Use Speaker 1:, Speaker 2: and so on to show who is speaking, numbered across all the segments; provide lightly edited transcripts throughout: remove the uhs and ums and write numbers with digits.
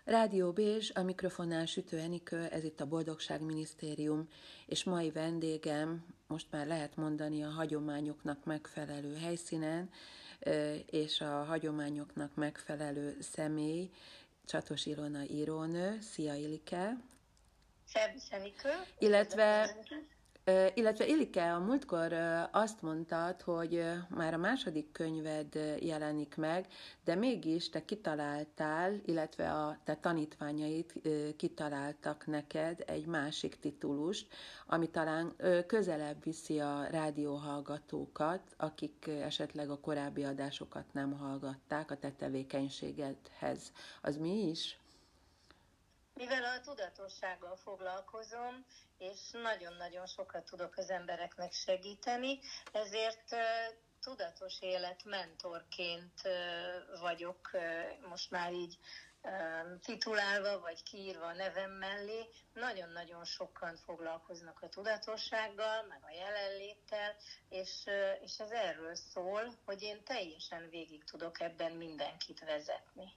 Speaker 1: Rádió Bézs, a mikrofonnál Sütő Enikő, ez itt a Boldogságminisztérium, és mai vendégem, most már lehet mondani, a hagyományoknak megfelelő helyszínen, és a hagyományoknak megfelelő személy, Csatos Ilona írónő. Szia, Ilike!
Speaker 2: Szervusz, Enikő!
Speaker 1: Illetve Ilike, a múltkor azt mondtad, hogy már a második könyved jelenik meg, de mégis te kitaláltál, illetve a te tanítványaid kitaláltak neked egy másik titulust, ami talán közelebb viszi a rádióhallgatókat, akik esetleg a korábbi adásokat nem hallgatták a te tevékenységedhez. Az mi is?
Speaker 2: Mivel a tudatossággal foglalkozom, és nagyon-nagyon sokat tudok az embereknek segíteni, ezért tudatos élet mentorként vagyok most már így titulálva, vagy kiírva a nevem mellé. Nagyon-nagyon sokan foglalkoznak a tudatossággal, meg a jelenléttel, és ez erről szól, hogy én teljesen végig tudok ebben mindenkit vezetni.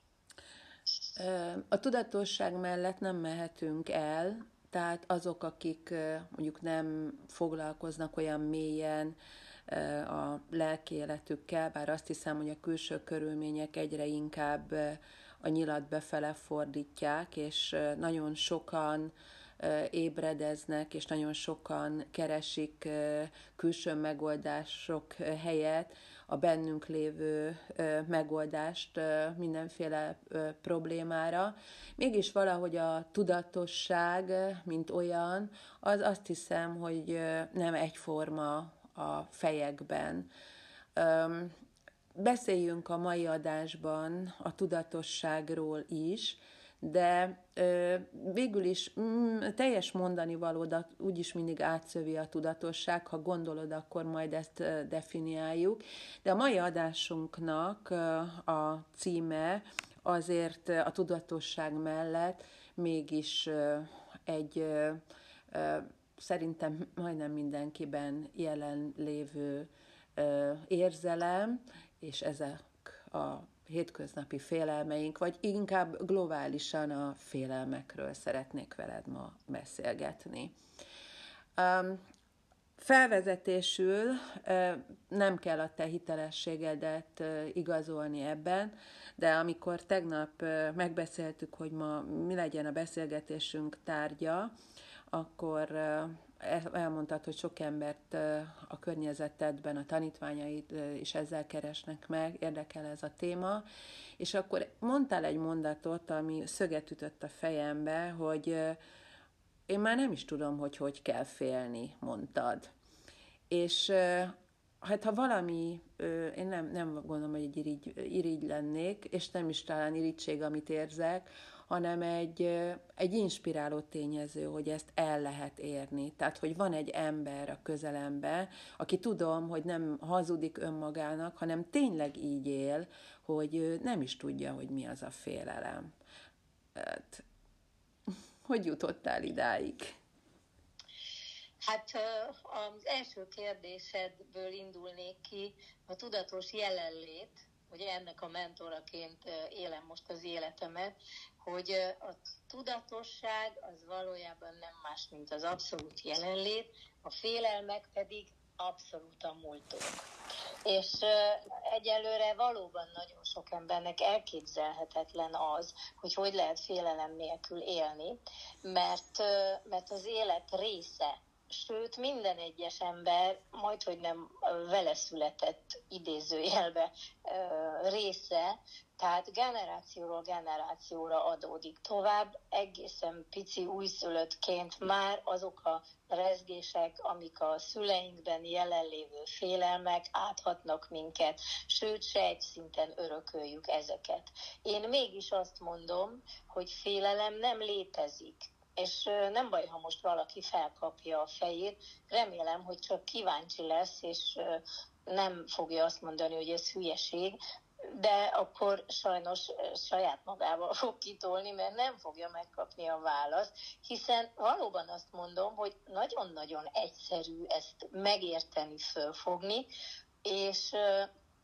Speaker 1: A tudatosság mellett nem mehetünk el, tehát azok, akik mondjuk nem foglalkoznak olyan mélyen a lelki életükkel, bár azt hiszem, hogy a külső körülmények egyre inkább a nyilat befele fordítják, és nagyon sokan ébredeznek, és nagyon sokan keresik külső megoldások helyett a bennünk lévő megoldást mindenféle problémára. Mégis valahogy a tudatosság, mint olyan, az azt hiszem, hogy nem egyforma a fejekben. Beszéljünk a mai adásban a tudatosságról is, de végül is teljes mondani valódat úgyis mindig átszövi a tudatosság, ha gondolod, akkor majd ezt definiáljuk. De a mai adásunknak a címe azért a tudatosság mellett mégis egy szerintem majdnem mindenkiben jelenlévő érzelem, és ezek a hétköznapi félelmeink, vagy inkább globálisan a félelmekről szeretnék veled ma beszélgetni. Felvezetésül nem kell a te hitelességedet igazolni ebben, de amikor tegnap megbeszéltük, hogy ma mi legyen a beszélgetésünk tárgya, akkor elmondtad, hogy sok embert a környezetedben, a tanítványaid is ezzel keresnek meg, érdekel ez a téma, és akkor mondtál egy mondatot, ami szöget ütött a fejembe, hogy én már nem is tudom, hogy kell félni, mondtad. És hát ha valami, én nem gondolom, hogy egy irigy lennék, és nem is talán irigység, amit érzek, hanem egy inspiráló tényező, hogy ezt el lehet érni. Tehát, hogy van egy ember a közelemben, aki tudom, hogy nem hazudik önmagának, hanem tényleg így él, hogy nem is tudja, hogy mi az a félelem. Hát, hogy jutottál idáig?
Speaker 2: Hát az első kérdésedből indulnék ki, a tudatos jelenlét, ugye ennek a mentoraként élem most az életemet, hogy a tudatosság az valójában nem más, mint az abszolút jelenlét, a félelmek pedig abszolút a múltunk. És egyelőre valóban nagyon sok embernek elképzelhetetlen az, hogy lehet félelem nélkül élni, mert az élet része. Sőt, minden egyes ember, majdhogy nem vele született idézőjelbe része, tehát generációról generációra adódik tovább, egészen pici újszülöttként már azok a rezgések, amik a szüleinkben jelenlévő félelmek áthatnak minket, sőt, sejtszinten örököljük ezeket. Én mégis azt mondom, hogy félelem nem létezik. És nem baj, ha most valaki felkapja a fejét, remélem, hogy csak kíváncsi lesz, és nem fogja azt mondani, hogy ez hülyeség, de akkor sajnos saját magával fog kitolni, mert nem fogja megkapni a választ, hiszen valóban azt mondom, hogy nagyon-nagyon egyszerű ezt megérteni, fölfogni, és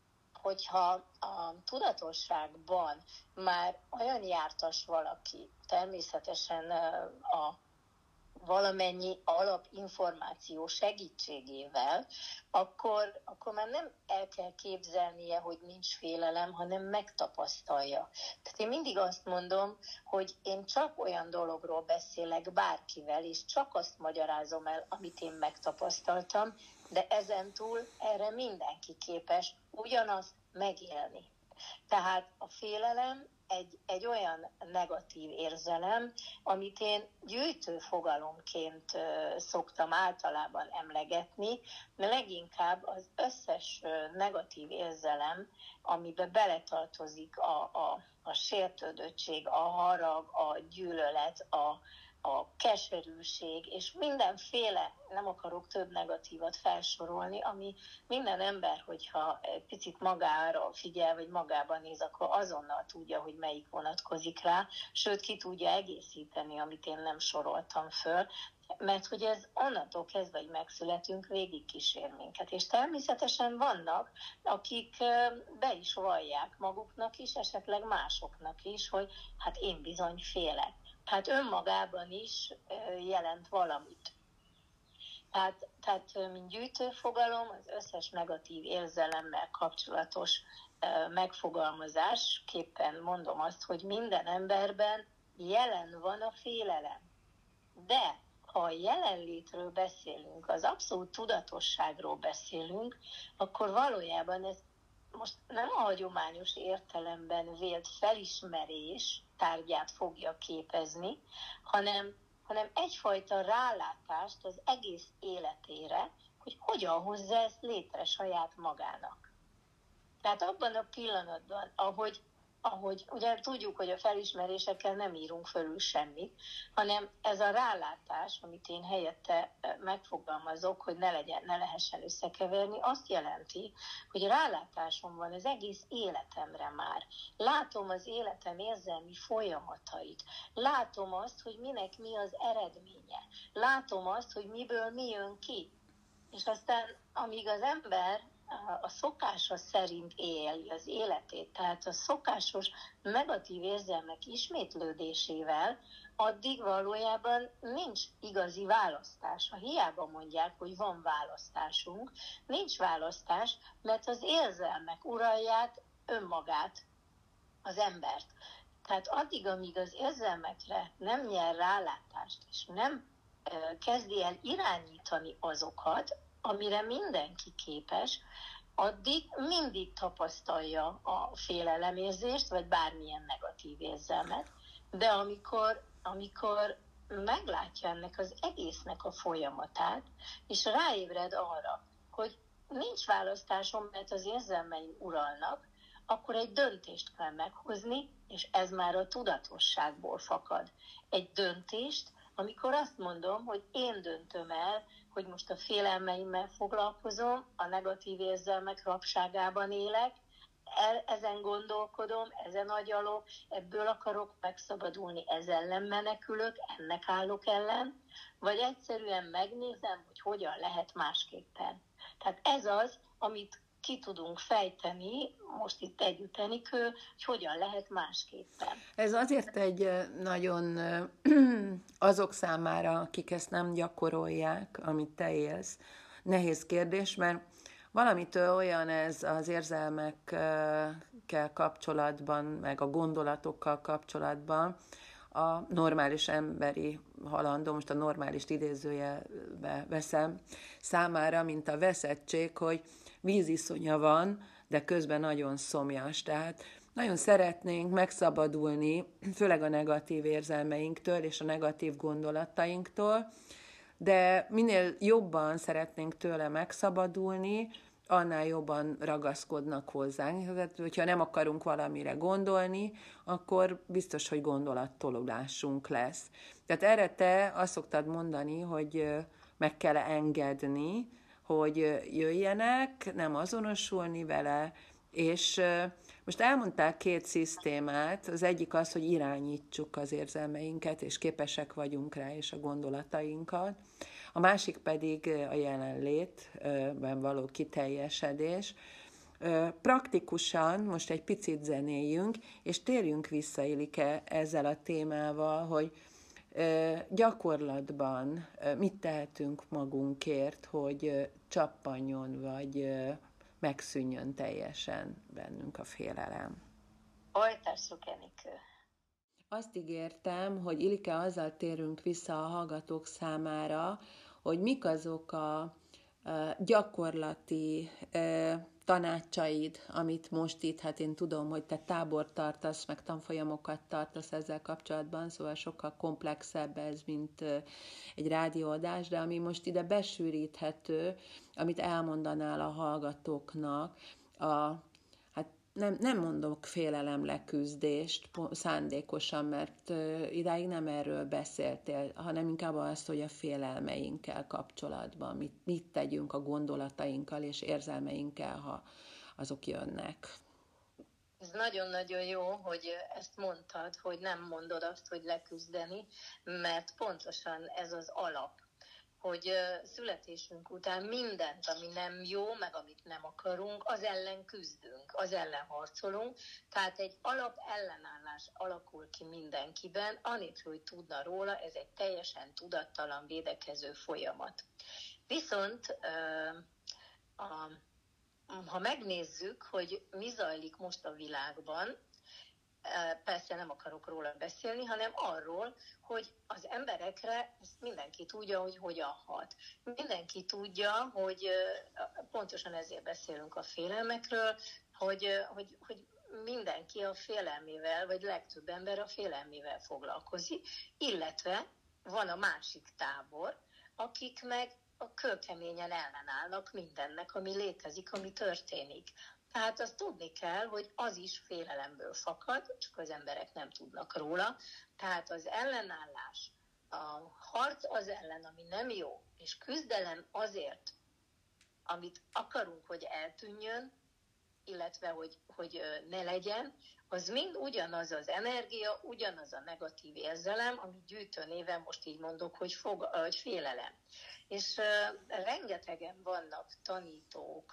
Speaker 2: hogyha a tudatosságban már olyan jártas valaki, természetesen a valamennyi alapinformáció segítségével, akkor már nem el kell képzelnie, hogy nincs félelem, hanem megtapasztalja. Tehát én mindig azt mondom, hogy én csak olyan dologról beszélek bárkivel, és csak azt magyarázom el, amit én megtapasztaltam, de ezentúl erre mindenki képes ugyanazt megélni. Tehát a félelem egy olyan negatív érzelem, amit én gyűjtőfogalomként szoktam általában emlegetni, de leginkább az összes negatív érzelem, amiben beletartozik a sértődöttség, a harag, a gyűlölet, a keserűség, és mindenféle, nem akarok több negatívat felsorolni, ami minden ember, hogyha picit magára figyel, vagy magában néz, akkor azonnal tudja, hogy melyik vonatkozik rá, sőt ki tudja egészíteni, amit én nem soroltam föl, mert hogy ez onnantól kezdve, hogy megszületünk, végigkísér minket. És természetesen vannak, akik be is vallják maguknak is, esetleg másoknak is, hogy hát én bizony félek. Hát önmagában is jelent valamit. Tehát mint gyűjtőfogalom, az összes negatív érzelemmel kapcsolatos megfogalmazásképpen mondom azt, hogy minden emberben jelen van a félelem. De ha a jelenlétről beszélünk, az abszolút tudatosságról beszélünk, akkor valójában ez most nem a hagyományos értelemben vélt felismerés tárgyát fogja képezni, hanem egyfajta rálátást az egész életére, hogy hogyan hozza ezt létre saját magának. Tehát abban a pillanatban, ahogy ugye tudjuk, hogy a felismerésekkel nem írunk fölül semmit, hanem ez a rálátás, amit én helyette megfogalmazok, hogy ne lehessen összekeverni, azt jelenti, hogy rálátásom van az egész életemre már. Látom az életem érzelmi folyamatait. Látom azt, hogy minek mi az eredménye. Látom azt, hogy miből mi jön ki. És aztán, amíg az ember a szokása szerint éli az életét, tehát a szokásos negatív érzelmek ismétlődésével, addig valójában nincs igazi választás. Ha hiába mondják, hogy van választásunk, nincs választás, mert az érzelmek uralják önmagát, az embert. Tehát addig, amíg az érzelmekre nem nyer rálátást, és nem kezdi el irányítani azokat, amire mindenki képes, addig mindig tapasztalja a félelemérzést, vagy bármilyen negatív érzelmet. De amikor meglátja ennek az egésznek a folyamatát, és ráébred arra, hogy nincs választásom, mert az érzelmeim uralnak, akkor egy döntést kell meghozni, és ez már a tudatosságból fakad. Egy döntést, amikor azt mondom, hogy én döntöm el, hogy most a félelmeimmel foglalkozom, a negatív érzelmek rabságában élek, ezen gondolkodom, ezen agyalok, ebből akarok megszabadulni, ez ellen menekülök, ennek állok ellen, vagy egyszerűen megnézem, hogy hogyan lehet másképpen. Tehát ez az, amit ki tudunk fejteni, most itt együtt Enikő, hogy hogyan lehet másképpen.
Speaker 1: Ez azért egy nagyon azok számára, akik ezt nem gyakorolják, amit te élsz, nehéz kérdés, mert valamitől olyan ez az érzelmekkel kapcsolatban, meg a gondolatokkal kapcsolatban, a normális emberi halandó, most a normálist idézőjelbe veszem, számára, mint a veszettség, hogy víziszonya van, de közben nagyon szomjas. Tehát nagyon szeretnénk megszabadulni, főleg a negatív érzelmeinktől és a negatív gondolatainktól, de minél jobban szeretnénk tőle megszabadulni, annál jobban ragaszkodnak hozzánk. Tehát, hogyha nem akarunk valamire gondolni, akkor biztos, hogy gondolattolódásunk lesz. Tehát erre te azt szoktad mondani, hogy meg kell engedni, hogy jöjjenek, nem azonosulni vele, és most elmondták két szisztémát, az egyik az, hogy irányítsuk az érzelmeinket, és képesek vagyunk rá, és a gondolatainkat. A másik pedig a jelenlétben való kiteljesedés. Praktikusan most egy picit zenéljünk, és térjünk vissza, Ilike, ezzel a témával, hogy gyakorlatban mit tehetünk magunkért, hogy csappanjon, vagy megszűnjön teljesen bennünk a félelem.
Speaker 2: Hajtások, Enikő.
Speaker 1: Azt ígértem, hogy Ilike, azzal térünk vissza a hallgatók számára, hogy mik azok a gyakorlati tanácsaid, amit most itt, hát én tudom, hogy te tábort tartasz, meg tanfolyamokat tartasz ezzel kapcsolatban, szóval sokkal komplexebb ez, mint egy rádióadás, de ami most ide besűríthető, amit elmondanál a hallgatóknak, hát nem mondok félelem leküzdést szándékosan, mert idáig nem erről beszéltél, hanem inkább azt, hogy a félelmeinkkel kapcsolatban mit tegyünk a gondolatainkkal és érzelmeinkkel, ha azok jönnek.
Speaker 2: Ez nagyon-nagyon jó, hogy ezt mondtad, hogy nem mondod azt, hogy leküzdeni, mert pontosan ez az alap, hogy születésünk után mindent, ami nem jó, meg amit nem akarunk, az ellen küzdünk, az ellen harcolunk. Tehát egy alap ellenállás alakul ki mindenkiben, anélkül, hogy tudna róla, ez egy teljesen tudattalan védekező folyamat. Viszont ha megnézzük, hogy mi zajlik most a világban, persze nem akarok róla beszélni, hanem arról, hogy az emberekre ezt mindenki tudja, hogy hogyan hat. Mindenki tudja, hogy pontosan ezért beszélünk a félelmekről, hogy mindenki a félelmével, vagy legtöbb ember a félelmével foglalkozik, illetve van a másik tábor, akik meg a kőkeményen ellenállnak mindennek, ami létezik, ami történik. Tehát azt tudni kell, hogy az is félelemből fakad, csak az emberek nem tudnak róla. Tehát az ellenállás, a harc az ellen, ami nem jó, és küzdelem azért, amit akarunk, hogy eltűnjön, illetve hogy ne legyen, az mind ugyanaz az energia, ugyanaz a negatív érzelem, amit gyűjtő néven most így mondok, hogy félelem. És rengetegen vannak tanítók,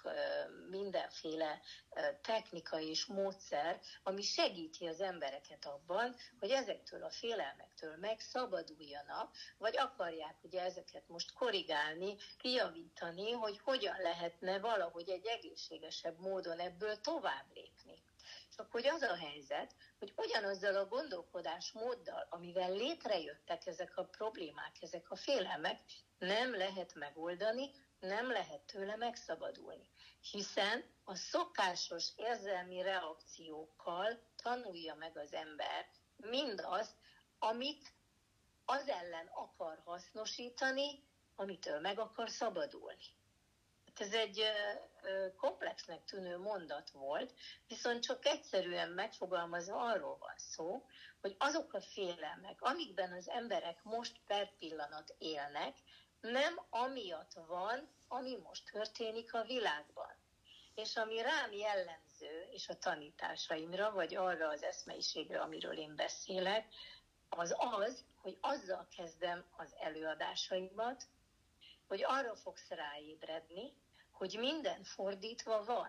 Speaker 2: mindenféle technika és módszer, ami segíti az embereket abban, hogy ezektől a félelmektől megszabaduljanak, vagy akarják ugye ezeket most korrigálni, kijavítani, hogy hogyan lehetne valahogy egy egészségesebb módon ebből tovább lépni. Csak hogy az a helyzet, hogy ugyanazzal a gondolkodásmóddal, amivel létrejöttek ezek a problémák, ezek a félelmek, nem lehet megoldani, nem lehet tőle megszabadulni. Hiszen a szokásos érzelmi reakciókkal tanulja meg az ember mindazt, amit az ellen akar hasznosítani, amitől meg akar szabadulni. Ez egy komplexnek tűnő mondat volt, viszont csak egyszerűen megfogalmazva arról van szó, hogy azok a félelmek, amikben az emberek most per pillanat élnek, nem amiatt van, ami most történik a világban. És ami rám jellemző, és a tanításaimra, vagy arra az eszmeiségre, amiről én beszélek, az, hogy azzal kezdem az előadásaimat, hogy arra fogsz ráébredni, hogy minden fordítva van.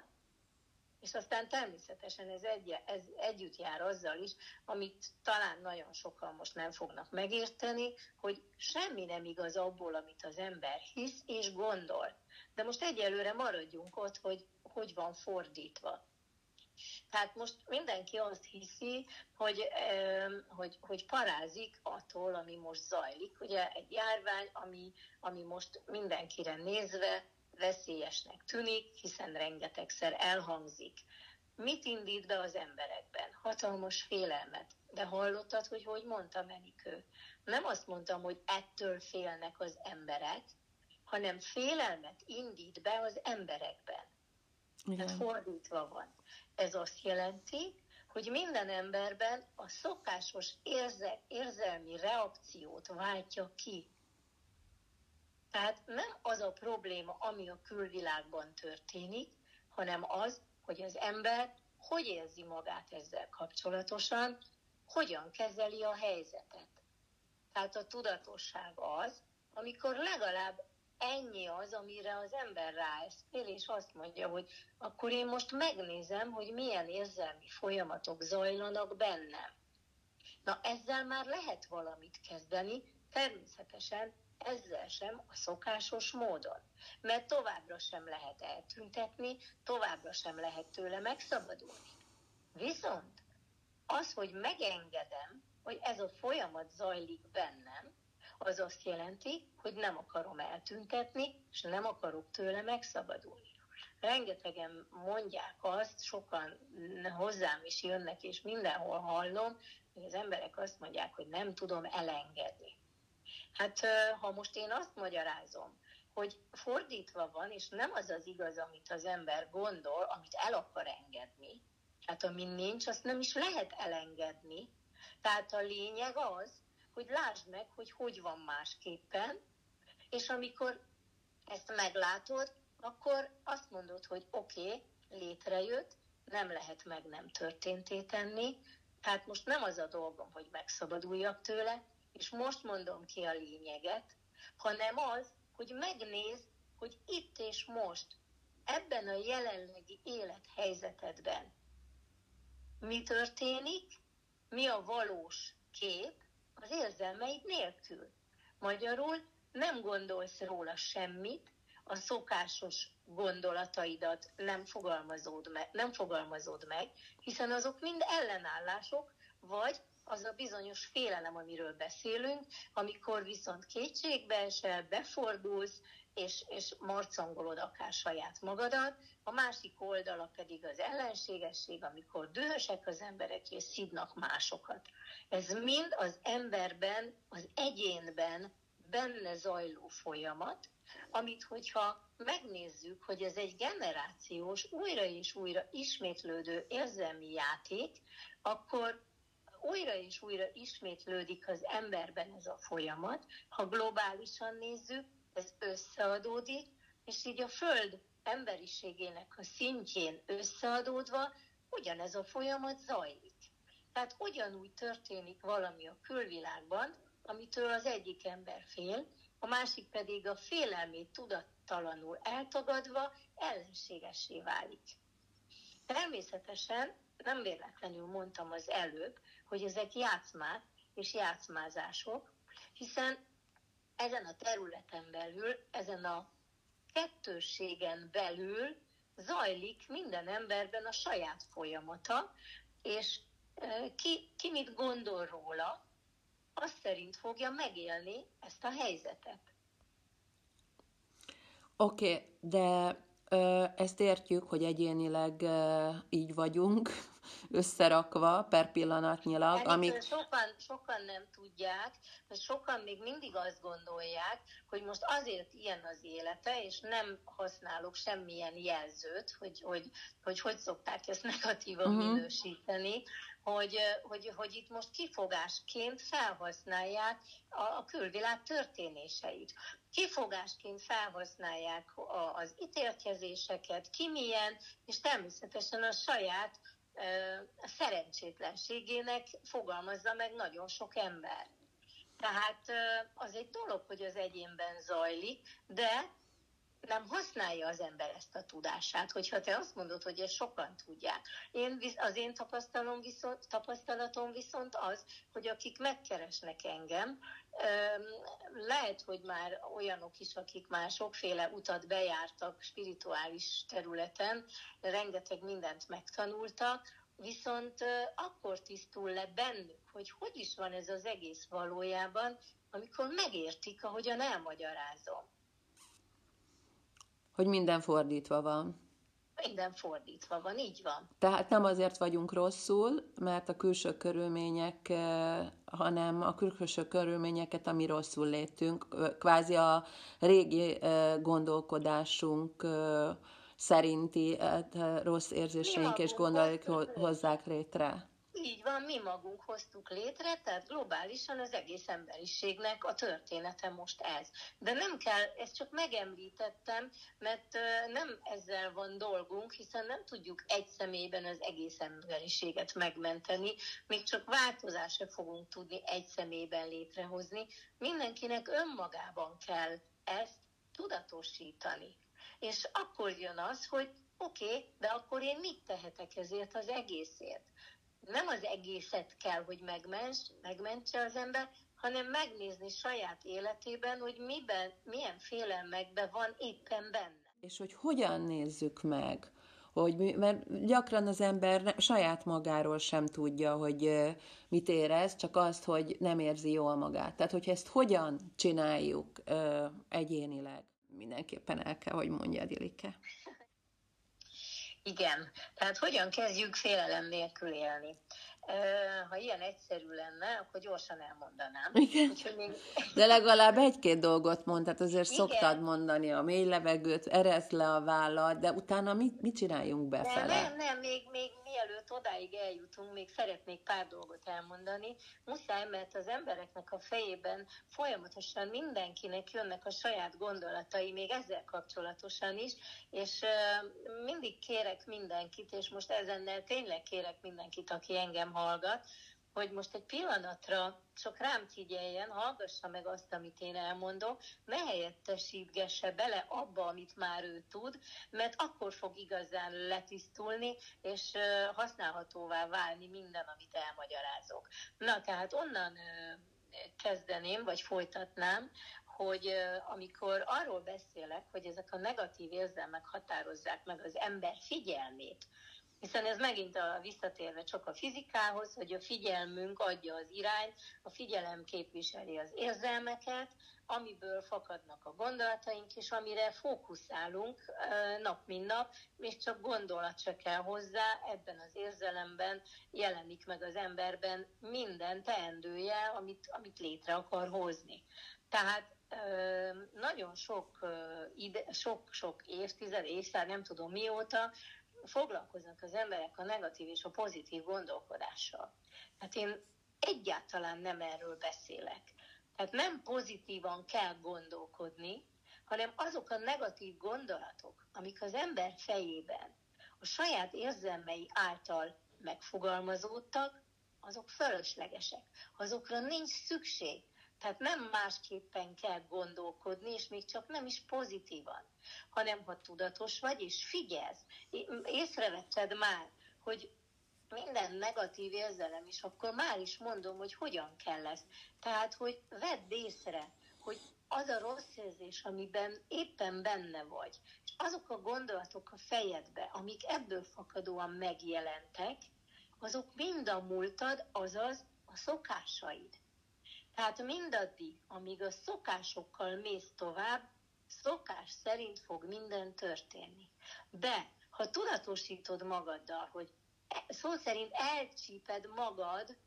Speaker 2: És aztán természetesen ez együtt jár azzal is, amit talán nagyon sokan most nem fognak megérteni, hogy semmi nem igaz abból, amit az ember hisz és gondol. De most egyelőre maradjunk ott, hogy van fordítva. Tehát most mindenki azt hiszi, hogy parázik attól, ami most zajlik. Ugye egy járvány, ami most mindenkire nézve veszélyesnek tűnik, hiszen rengetegszer elhangzik. Mit indít be az emberekben? Hatalmas félelmet. De hallottad, hogy mondta Enikő? Nem azt mondtam, hogy ettől félnek az emberek, hanem félelmet indít be az emberekben. Tehát fordítva van. Ez azt jelenti, hogy minden emberben a szokásos érzelmi reakciót váltja ki. Tehát nem az a probléma, ami a külvilágban történik, hanem az, hogy az ember hogy érzi magát ezzel kapcsolatosan, hogyan kezeli a helyzetet. Tehát a tudatosság az, amikor legalább ennyi az, amire az ember ráeszmél, és azt mondja, hogy akkor én most megnézem, hogy milyen érzelmi folyamatok zajlanak bennem. Na, ezzel már lehet valamit kezdeni, természetesen ezzel sem a szokásos módon. Mert továbbra sem lehet eltüntetni, továbbra sem lehet tőle megszabadulni. Viszont az, hogy megengedem, hogy ez a folyamat zajlik bennem, az azt jelenti, hogy nem akarom eltüntetni, és nem akarok tőle megszabadulni. Rengetegen mondják azt, sokan hozzám is jönnek, és mindenhol hallom, hogy az emberek azt mondják, hogy nem tudom elengedni. Hát ha most én azt magyarázom, hogy fordítva van, és nem az az igaz, amit az ember gondol, amit el akar engedni, hát ami nincs, azt nem is lehet elengedni. Tehát a lényeg az, hogy lásd meg, hogy van másképpen, és amikor ezt meglátod, akkor azt mondod, hogy oké, létrejött, nem lehet meg nem történté tenni, tehát most nem az a dolgom, hogy megszabaduljak tőle, és most mondom ki a lényeget, hanem az, hogy megnézd, hogy itt és most, ebben a jelenlegi élethelyzetedben mi történik, mi a valós kép az érzelmeid nélkül. Magyarul nem gondolsz róla semmit, a szokásos gondolataidat nem fogalmazod meg, hiszen azok mind ellenállások, vagy az a bizonyos félelem, amiről beszélünk, amikor viszont kétségbe esel, befordulsz, és marcangolod akár saját magadat, a másik oldala pedig az ellenségesség, amikor dühösek az emberek és szidnak másokat. Ez mind az emberben, az egyénben benne zajló folyamat, amit hogyha megnézzük, hogy ez egy generációs, újra és újra ismétlődő érzelmi játék, akkor újra és újra ismétlődik az emberben ez a folyamat. Ha globálisan nézzük, ez összeadódik, és így a Föld emberiségének a szintjén összeadódva ugyanez a folyamat zajlik. Tehát ugyanúgy történik valami a külvilágban, amitől az egyik ember fél, a másik pedig a félelmét tudattalanul eltagadva ellenségessé válik. Természetesen nem véletlenül mondtam az előbb, hogy ezek játszmák és játszmázások, hiszen ezen a területen belül, ezen a kettősségen belül zajlik minden emberben a saját folyamata, és ki mit gondol róla, azt szerint fogja megélni ezt a helyzetet.
Speaker 1: Oké, de ezt értjük, hogy egyénileg így vagyunk, összerakva per pillanatnyilag.
Speaker 2: Amíg... Sokan nem tudják, mert sokan még mindig azt gondolják, hogy most azért ilyen az élete, és nem használok semmilyen jelzőt, hogy szokták ezt negatívan minősíteni, hogy itt most kifogásként felhasználják a külvilág történéseit. Kifogásként felhasználják az ítélkezéseket, ki milyen, és természetesen a saját szerencsétlenségének fogalmazza meg nagyon sok ember. Tehát az egy dolog, hogy az egyénben zajlik, de nem használja az ember ezt a tudását. Hogyha te azt mondod, hogy ezt sokan tudják. Az én tapasztalatom viszont az, hogy akik megkeresnek engem, lehet, hogy már olyanok is, akik már sokféle utat bejártak spirituális területen, rengeteg mindent megtanultak, viszont akkor tisztul le bennük, hogy is van ez az egész valójában, amikor megértik, ahogyan elmagyarázom.
Speaker 1: Hogy minden fordítva van.
Speaker 2: Minden fordítva van, így van.
Speaker 1: Tehát nem azért vagyunk rosszul, mert a külső körülmények, hanem a külső körülményeket, ami rosszul létünk, kvázi a régi gondolkodásunk szerinti rossz érzéseink és gondolaik hozzák létre.
Speaker 2: Így van, mi magunk hoztuk létre, tehát globálisan az egész emberiségnek a története most ez. De nem kell, ezt csak megemlítettem, mert nem ezzel van dolgunk, hiszen nem tudjuk egy személyben az egész emberiséget megmenteni, még csak változásra fogunk tudni egy személyben létrehozni. Mindenkinek önmagában kell ezt tudatosítani. És akkor jön az, hogy oké, de akkor én mit tehetek ezért az egészért? Nem az egészet kell, hogy megmentse az ember, hanem megnézni saját életében, hogy milyen félelmekben van éppen benne.
Speaker 1: És hogy hogyan nézzük meg, mert gyakran az ember saját magáról sem tudja, hogy mit érez, csak azt, hogy nem érzi jól magát. Tehát, hogy ezt hogyan csináljuk egyénileg, mindenképpen el kell, hogy mondja Ilike.
Speaker 2: Igen, tehát hogyan kezdjük félelem nélkül élni? Ha ilyen egyszerű lenne, akkor gyorsan elmondanám.
Speaker 1: Igen. De legalább egy-két dolgot mond, tehát azért igen. Szoktad mondani a mély levegőt, ereszd le a vállad, de utána mit csináljunk befele?
Speaker 2: Nem, még mielőtt odáig eljutunk, még szeretnék pár dolgot elmondani. Muszáj, mert az embereknek a fejében folyamatosan mindenkinek jönnek a saját gondolatai, még ezzel kapcsolatosan is, és mindig kérek mindenkit, és most ezennel tényleg kérek mindenkit, aki engem hallgat, hogy most egy pillanatra csak rám figyeljen, hallgassa meg azt, amit én elmondok, ne helyettesítgesse bele abba, amit már ő tud, mert akkor fog igazán letisztulni, és használhatóvá válni minden, amit elmagyarázok. Na, tehát onnan kezdeném, vagy folytatnám, hogy amikor arról beszélek, hogy ezek a negatív érzelmek határozzák meg az ember figyelmét, hiszen ez megint visszatérve csak a fizikához, hogy a figyelmünk adja az irányt, a figyelem képviseli az érzelmeket, amiből fakadnak a gondolataink, és amire fókuszálunk nap mint nap, és csak gondolat se kell hozzá, ebben az érzelemben jelenik meg az emberben minden teendője, amit létre akar hozni. Tehát nagyon sok évszázad, nem tudom mióta, foglalkoznak az emberek a negatív és a pozitív gondolkodással. Hát én egyáltalán nem erről beszélek. Tehát nem pozitívan kell gondolkodni, hanem azok a negatív gondolatok, amik az ember fejében a saját érzelmei által megfogalmazódtak, azok fölöslegesek. Azokra nincs szükség. Tehát nem másképpen kell gondolkodni, és még csak nem is pozitívan, hanem ha tudatos vagy, és figyelsz, észrevetted már, hogy minden negatív érzelem, és akkor már is mondom, hogy hogyan kell ezt. Tehát, hogy vedd észre, hogy az a rossz érzés, amiben éppen benne vagy, és azok a gondolatok a fejedbe, amik ebből fakadóan megjelentek, azok mind a múltad, azaz a szokásaid. Tehát mindaddig, amíg a szokásokkal mész tovább, szokás szerint fog minden történni. De ha tudatosítod magaddal, hogy szó szerint elcsíped magad,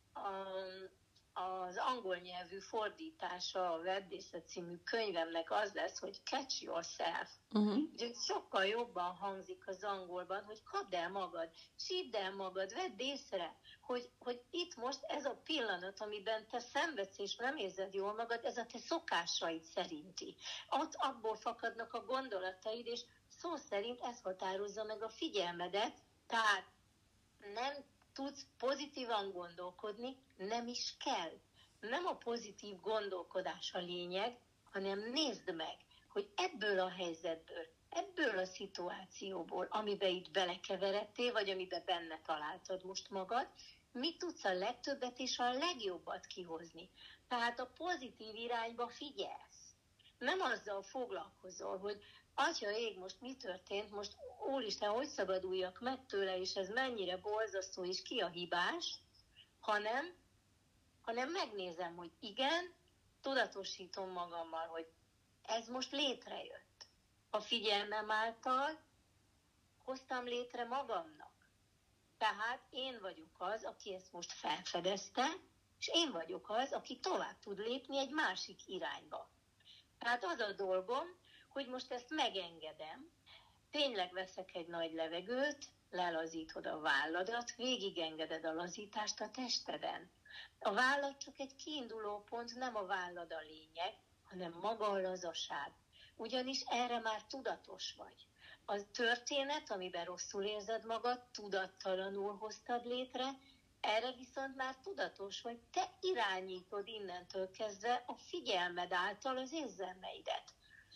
Speaker 2: az angol nyelvű fordítása a Weddészet című könyvemnek az lesz, hogy catch yourself. Úgyhogy sokkal jobban hangzik az angolban, hogy kapd el magad, csípd el magad, vedd észre, hogy itt most ez a pillanat, amiben te szenvedsz és nem érzed jól magad, ez a te szokásaid szerinti. Abból fakadnak a gondolataid, és szó szerint ez határozza meg a figyelmedet, tehát nem tudsz pozitívan gondolkodni, nem is kell. Nem a pozitív gondolkodás a lényeg, hanem nézd meg, hogy ebből a helyzetből, ebből a szituációból, amiben itt belekeveredtél, vagy amiben benne találtad most magad, mit tudsz a legtöbbet és a legjobbat kihozni. Tehát a pozitív irányba figyelsz. Nem azzal foglalkozol, hogy atya ég, most mi történt, most úristen, hogy szabaduljak meg tőle, és ez mennyire borzasztó, és ki a hibás, hanem megnézem, hogy igen, tudatosítom magammal, hogy ez most létrejött. A figyelmem által hoztam létre magamnak. Tehát én vagyok az, aki ezt most felfedezte, és én vagyok az, aki tovább tud lépni egy másik irányba. Tehát az a dolgom, hogy most ezt megengedem, tényleg veszek egy nagy levegőt, lelazítod a válladat, végigengeded a lazítást a testeden. A vállad csak egy kiinduló pont, nem a vállad a lényeg, hanem maga a lazaság. Ugyanis erre már tudatos vagy. A történet, amiben rosszul érzed magad, tudattalanul hoztad létre, erre viszont már tudatos vagy, te irányítod innentől kezdve a figyelmed által az érzelmeidet.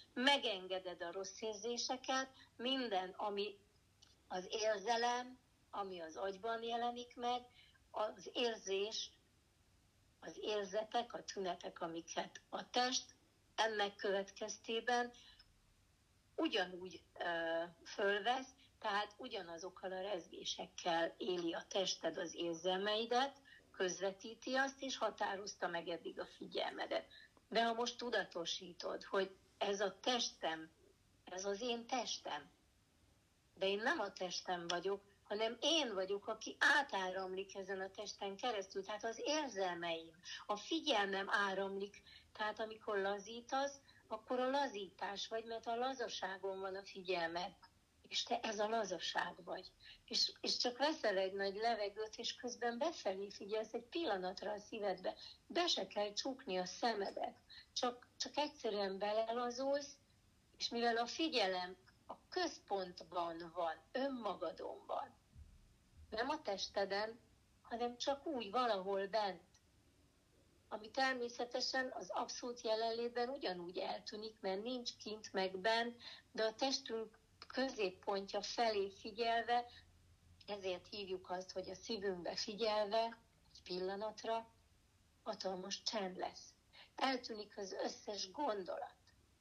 Speaker 2: megengeded a rossz érzéseket, minden, ami az érzelem, ami az agyban jelenik meg, az érzés, az érzetek, a tünetek, amiket a test ennek következtében ugyanúgy fölvesz, tehát ugyanazokkal a rezgésekkel éli a tested az érzelmeidet, közvetíti azt, és határozta meg eddig a figyelmedet. De ha most tudatosítod, hogy ez a testem, ez az én testem, de én nem a testem vagyok, hanem én vagyok, aki átáramlik ezen a testen keresztül. Tehát az érzelmeim, a figyelmem áramlik. Tehát amikor lazítasz, akkor a lazítás vagy, mert a lazaságon van a figyelmed. És te ez a lazaság vagy. És csak veszel egy nagy levegőt, és közben befelé figyelsz egy pillanatra a szívedbe. Be se kell csukni a szemedet. Csak egyszerűen belelazulsz, és mivel a figyelem a központban van, önmagadon van, nem a testeden, hanem csak úgy valahol bent, ami természetesen az abszolút jelenlétben ugyanúgy eltűnik, mert nincs kint meg bent, de a testünk középpontja felé figyelve, ezért hívjuk azt, hogy a szívünkbe figyelve, egy pillanatra, hatalmas csend lesz. Eltűnik az összes gondolat.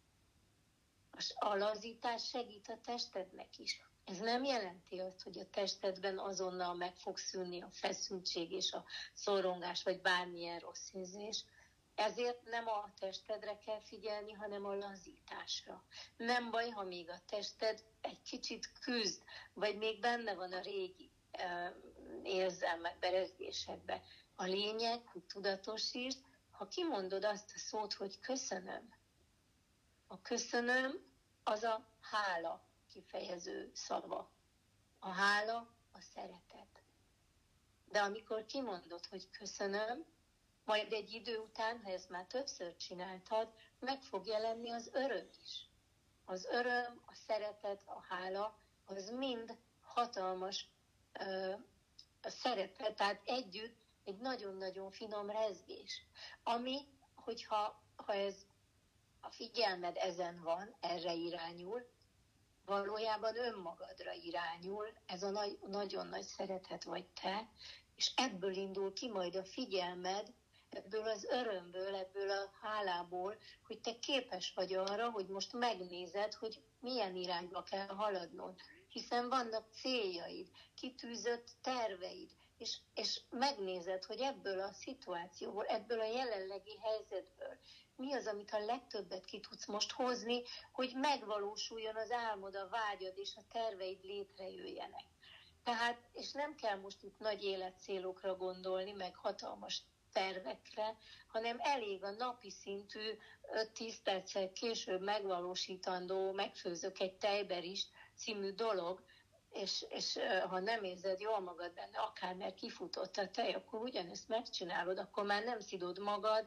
Speaker 2: A lazítás segít a testednek is. Ez nem jelenti azt, hogy a testedben azonnal meg fog szűnni a feszültség és a szorongás, vagy bármilyen rossz érzés. Ezért nem a testedre kell figyelni, hanem a lazításra. Nem baj, ha még a tested egy kicsit küzd, vagy még benne van a régi érzelmekbe, rezgésekbe. A lényeg, hogy tudatosítsd, ha kimondod azt a szót, hogy köszönöm. A köszönöm az a hála kifejező szava. A hála a szeretet. De amikor kimondod, hogy köszönöm, majd egy idő után, ha ezt már többször csináltad, meg fog jelenni az öröm is. Az öröm, a szeretet, a hála, az mind hatalmas szeretet, tehát együtt egy nagyon-nagyon finom rezgés. Ami, hogyha ez a figyelmed ezen van, erre irányul, valójában önmagadra irányul, ez a nagyon nagy szeretet vagy te, és ebből indul ki majd a figyelmed, ebből az örömből, ebből a hálából, hogy te képes vagy arra, hogy most megnézed, hogy milyen irányba kell haladnod. Hiszen vannak céljaid, kitűzött terveid, és megnézed, hogy ebből a szituációból, ebből a jelenlegi helyzetből mi az, amit a legtöbbet ki tudsz most hozni, hogy megvalósuljon az álmod, a vágyad és a terveid létrejöjjenek. Tehát, és nem kell most itt nagy életcélokra gondolni, meg hatalmas tervekre, hanem elég a napi szintű 5-10 perccel később megvalósítandó, megfőzök egy tejberist című dolog, és ha nem érzed jól magad benne, akár mert kifutott a tej, akkor ugyanezt megcsinálod, akkor már nem szidod magad,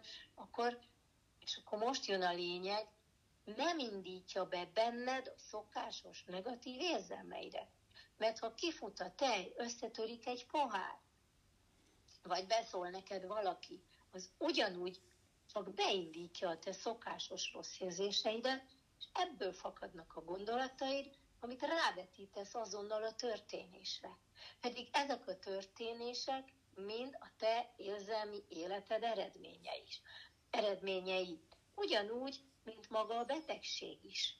Speaker 2: és akkor most jön a lényeg, nem indítja be benned a szokásos negatív érzelmeidet. Mert ha kifut a tej, összetörik egy pohár, vagy beszól neked valaki, az ugyanúgy csak beindítja a te szokásos rossz érzéseidet, és ebből fakadnak a gondolataid, amit rávetítesz azonnal a történésre. Pedig ezek a történések mind a te érzelmi életed eredményei. Ugyanúgy, mint maga a betegség is.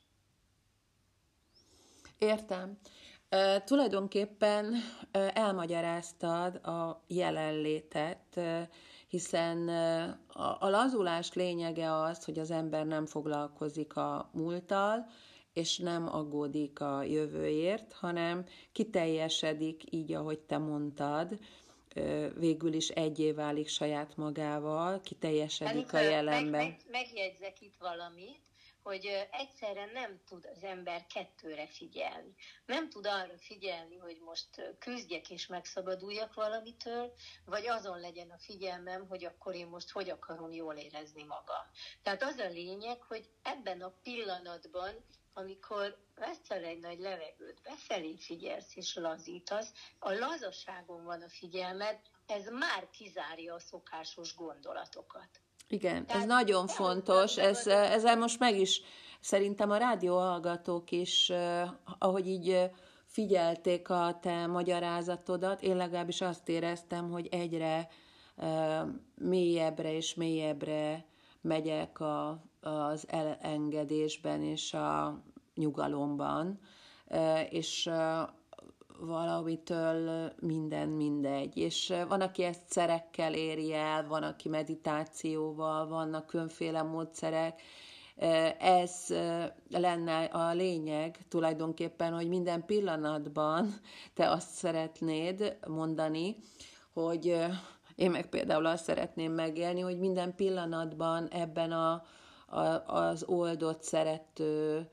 Speaker 1: Értem. Tulajdonképpen elmagyaráztad a jelenlétet, hiszen a lazulás lényege az, hogy az ember nem foglalkozik a múlttal, és nem aggódik a jövőért, hanem kiteljesedik így, ahogy te mondtad, végül is egyé válik saját magával, kiteljesedik a jelenben.
Speaker 2: Megjegyzek itt valamit, hogy egyszerre nem tud az ember kettőre figyelni. Nem tud arra figyelni, hogy most küzdjek és megszabaduljak valamitől, vagy azon legyen a figyelmem, hogy akkor én most hogy akarom jól érezni magam. Tehát az a lényeg, hogy ebben a pillanatban, amikor veszel egy nagy levegőt, befelé figyelsz és lazítasz, a lazaságon van a figyelmed, ez már kizárja a szokásos gondolatokat.
Speaker 1: Igen, ez
Speaker 2: Tehát
Speaker 1: nagyon fontos, ezzel most meg is, szerintem a rádióhallgatók is, ahogy így figyelték a te magyarázatodat, én legalábbis azt éreztem, hogy egyre mélyebbre és mélyebbre megyek az elengedésben és a nyugalomban, és valamitől minden mindegy. És van, aki ezt szerekkel éri el, van, aki meditációval, vannak különféle módszerek. Ez lenne a lényeg tulajdonképpen, hogy minden pillanatban te azt szeretnéd mondani, hogy én meg például azt szeretném megélni, hogy minden pillanatban ebben az oldott, szerető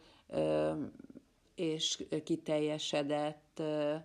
Speaker 1: és kiteljesedett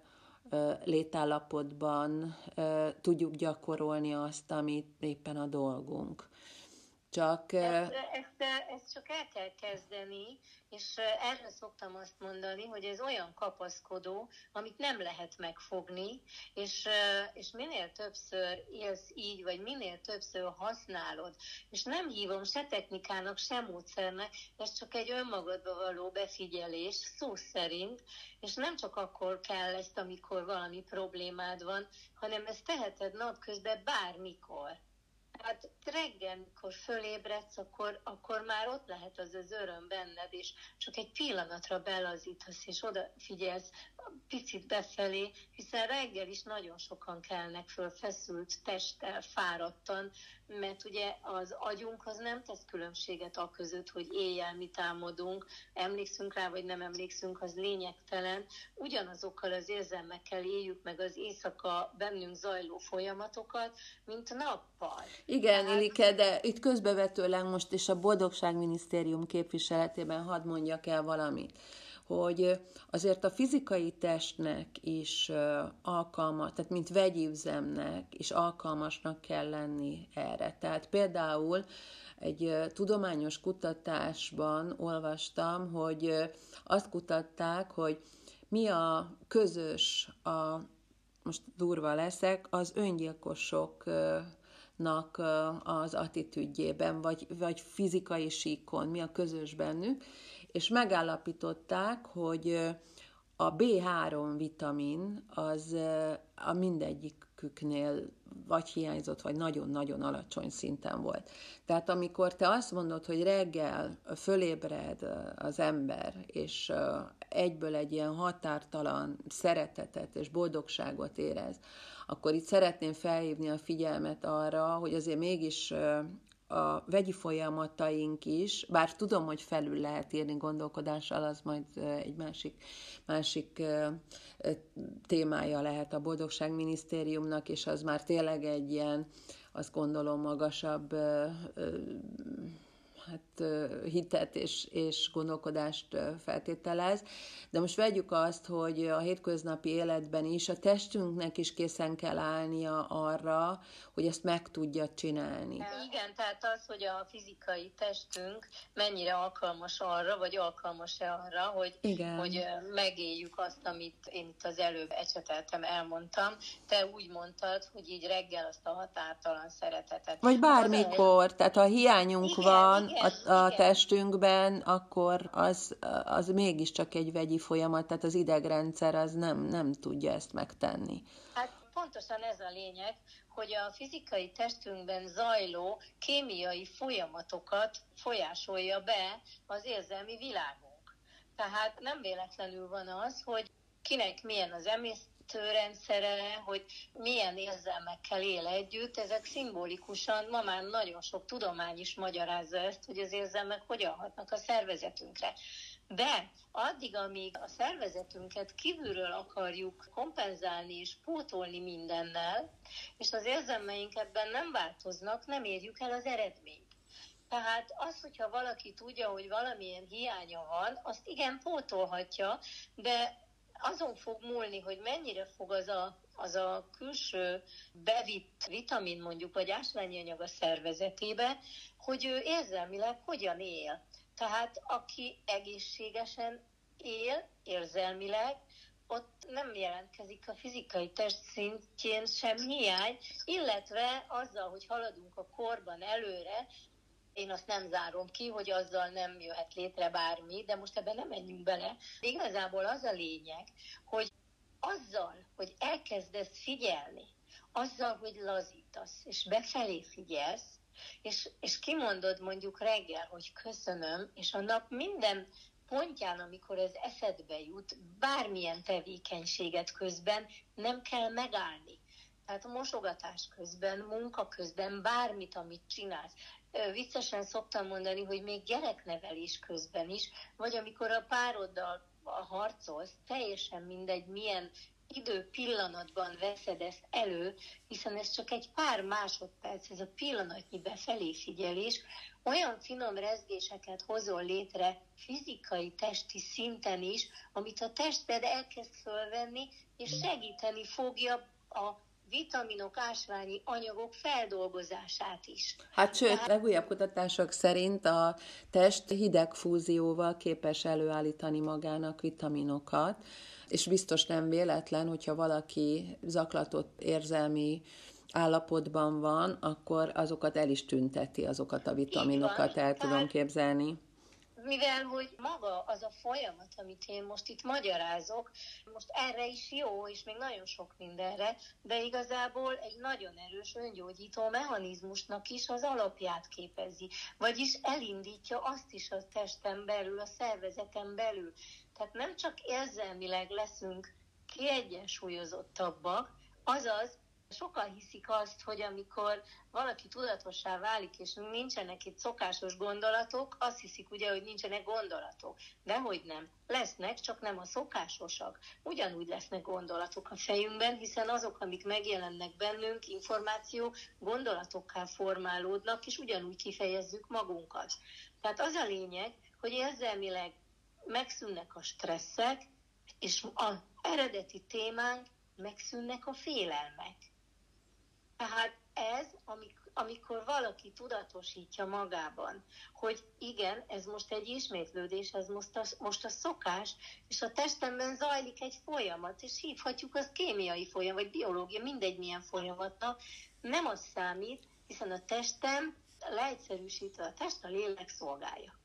Speaker 1: létállapotban tudjuk gyakorolni azt, amit éppen a dolgunk. Csak...
Speaker 2: Ezt csak el kell kezdeni, és erre szoktam azt mondani, hogy ez olyan kapaszkodó, amit nem lehet megfogni, és minél többször élsz így, vagy minél többször használod, és nem hívom se technikának, se módszernek, ez csak egy önmagadba való befigyelés, szó szerint, és nem csak akkor kell ezt, amikor valami problémád van, hanem ezt teheted napközben bármikor. Hát reggel, mikor fölébredsz, akkor már ott lehet az öröm benned, és csak egy pillanatra belazíthasz, és odafigyelsz picit befelé, hiszen reggel is nagyon sokan kelnek föl feszült testtel, fáradtan, mert ugye az agyunk az nem tesz különbséget a között, hogy éjjel mit álmodunk, emlékszünk rá, vagy nem emlékszünk, az lényegtelen. Ugyanazokkal az érzelmekkel éljük meg az éjszaka bennünk zajló folyamatokat, mint nappal.
Speaker 1: Igen, Ilike, de itt közbevetőleg most is a Boldogságminisztérium képviseletében hadd mondjak el valamit, hogy azért a fizikai testnek is alkalmas, tehát mint vegyi üzemnek is alkalmasnak kell lenni erre. Tehát például egy tudományos kutatásban olvastam, hogy azt kutatták, hogy mi a közös, most durva leszek, az öngyilkosoknak az attitűdjében, vagy fizikai síkon, mi a közös bennük, és megállapították, hogy a B3 vitamin az a mindegyiküknél vagy hiányzott, vagy nagyon-nagyon alacsony szinten volt. Tehát amikor te azt mondod, hogy reggel fölébred az ember, és egyből egy ilyen határtalan szeretetet és boldogságot érez, akkor itt szeretném felhívni a figyelmet arra, hogy azért mégis a vegyi folyamataink is, bár tudom, hogy felül lehet írni gondolkodással, az majd egy másik témája lehet a Boldogságminisztériumnak, és az már tényleg egy ilyen, azt gondolom, magasabb hitet és gondolkodást feltételez. De most vegyük azt, hogy a hétköznapi életben is a testünknek is készen kell állnia arra, hogy ezt meg tudja csinálni.
Speaker 2: Igen, tehát az, hogy a fizikai testünk mennyire alkalmas arra, vagy alkalmas-e arra, hogy megéljük azt, amit én itt az előbb ecseteltem, elmondtam. Te úgy mondtad, hogy így reggel azt a határtalan szeretetet.
Speaker 1: Vagy bármikor, tehát ha hiányunk van a testünkben, akkor az mégiscsak egy vegyi folyamat, tehát az idegrendszer az nem tudja ezt megtenni.
Speaker 2: Hát pontosan ez a lényeg, hogy a fizikai testünkben zajló kémiai folyamatokat folyásolja be az érzelmi világunk. Tehát nem véletlenül van az, hogy kinek milyen az emésztőrendszere, hogy milyen érzelmekkel él együtt, ezek szimbolikusan, ma már nagyon sok tudomány is magyarázza ezt, hogy az érzelmek hogyan hatnak a szervezetünkre. De addig, amíg a szervezetünket kívülről akarjuk kompenzálni és pótolni mindennel, és az érzelmeink ebben nem változnak, nem érjük el az eredményt. Tehát az, hogyha valaki tudja, hogy valamilyen hiánya van, azt igen pótolhatja, de azon fog múlni, hogy mennyire fog az a külső bevitt vitamin mondjuk, vagy ásványi anyag a szervezetébe, hogy ő érzelmileg hogyan él. Tehát aki egészségesen él érzelmileg, ott nem jelentkezik a fizikai test szintjén sem hiány, illetve azzal, hogy haladunk a korban előre, én azt nem zárom ki, hogy azzal nem jöhet létre bármi, de most ebben nem menjünk bele. Igazából az a lényeg, hogy azzal, hogy elkezdesz figyelni, azzal, hogy lazítasz, és befelé figyelsz, és kimondod mondjuk reggel, hogy köszönöm, és a nap minden pontján, amikor ez eszedbe jut, bármilyen tevékenységet közben nem kell megállni. Tehát a mosogatás közben, munka közben, bármit, amit csinálsz. Viccesen szoktam mondani, hogy még gyereknevelés közben is, vagy amikor a pároddal harcolsz, teljesen mindegy, milyen idő pillanatban veszed ezt elő, hiszen ez csak egy pár másodperc, ez a pillanatnyi befelé figyelés, olyan finom rezgéseket hozol létre fizikai, testi szinten is, amit a tested elkezd fölvenni, és segíteni fogja a vitaminok, ásványi anyagok feldolgozását is.
Speaker 1: Hát sőt, legújabb kutatások szerint a test hidegfúzióval képes előállítani magának vitaminokat, és biztos nem véletlen, hogyha valaki zaklatott érzelmi állapotban van, akkor azokat el is tünteti, azokat a vitaminokat, el tudom képzelni.
Speaker 2: Mivel, hogy maga az a folyamat, amit én most itt magyarázok, most erre is jó, és még nagyon sok mindenre, de igazából egy nagyon erős öngyógyító mechanizmusnak is az alapját képezi. Vagyis elindítja azt is a testen belül, a szervezeten belül. Tehát nem csak érzelmileg leszünk kiegyensúlyozottabbak, azaz sokan hiszik azt, hogy amikor valaki tudatossá válik, és nincsenek itt szokásos gondolatok, azt hiszik ugye, hogy nincsenek gondolatok. Dehogy nem. Lesznek, csak nem a szokásosak. Ugyanúgy lesznek gondolatok a fejünkben, hiszen azok, amik megjelennek bennünk, információ, gondolatokká formálódnak, és ugyanúgy kifejezzük magunkat. Tehát az a lényeg, hogy érzelmileg megszűnnek a stresszek, és az eredeti témánk, megszűnnek a félelmek. Tehát ez, amikor valaki tudatosítja magában, hogy igen, ez most egy ismétlődés, ez most a szokás, és a testemben zajlik egy folyamat, és hívhatjuk azt kémiai folyamat, vagy biológia, mindegy milyen folyamatnak, nem az számít, hiszen a testem, leegyszerűsítve a test a lélek szolgálja.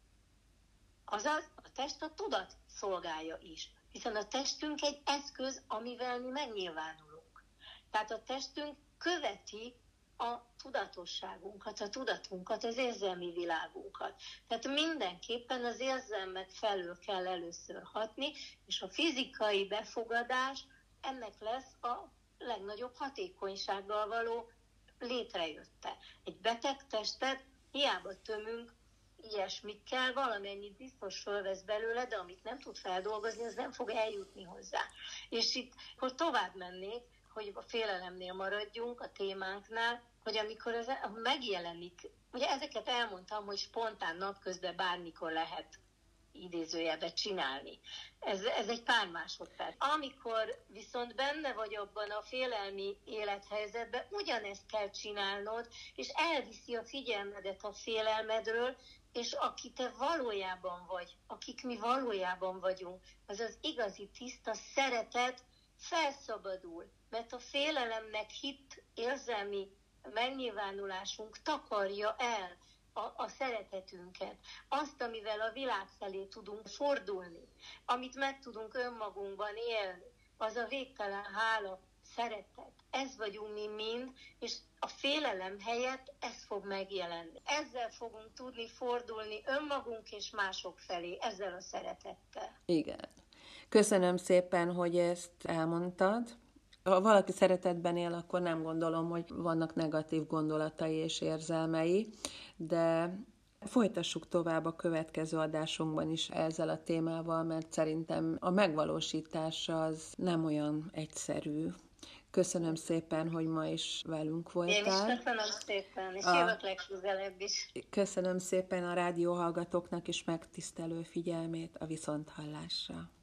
Speaker 2: Azaz, a test a tudat szolgálja is, hiszen a testünk egy eszköz, amivel mi megnyilvánulunk. Tehát a testünk követi a tudatosságunkat, a tudatunkat, az érzelmi világunkat. Tehát mindenképpen az érzelmek felől kell először hatni, és a fizikai befogadás ennek lesz a legnagyobb hatékonysággal való létrejötte. Egy beteg testet hiába tömünk ilyesmikkel, valamennyit biztos fölvesz belőle, de amit nem tud feldolgozni, az nem fog eljutni hozzá. És itt, hogy tovább mennék, hogy a félelemnél maradjunk, a témánknál, hogy amikor ez megjelenik, ugye ezeket elmondtam, hogy spontán napközben bármikor lehet idézőjelbe csinálni. Ez egy pár másodperc. Amikor viszont benne vagy abban a félelmi élethelyzetben, ugyanezt kell csinálnod, és elviszi a figyelmedet a félelmedről, és aki te valójában vagy, akik mi valójában vagyunk, az az igazi tiszta szeretet felszabadul, mert a félelemnek hitt érzelmi megnyilvánulásunk takarja el a szeretetünket, azt, amivel a világ felé tudunk fordulni, amit meg tudunk önmagunkban élni, az a végtelen hála, szeretet. Ez vagyunk mi mind, és a félelem helyett ez fog megjelenni. Ezzel fogunk tudni fordulni önmagunk és mások felé, ezzel a szeretettel.
Speaker 1: Igen. Köszönöm szépen, hogy ezt elmondtad. Ha valaki szeretetben él, akkor nem gondolom, hogy vannak negatív gondolatai és érzelmei, de folytassuk tovább a következő adásunkban is ezzel a témával, mert szerintem a megvalósítása az nem olyan egyszerű. Köszönöm szépen, hogy ma is velünk voltál.
Speaker 2: Én is köszönöm szépen, és jövök legközelebb is.
Speaker 1: Köszönöm szépen a rádióhallgatóknak is megtisztelő figyelmét, a viszonthallásra.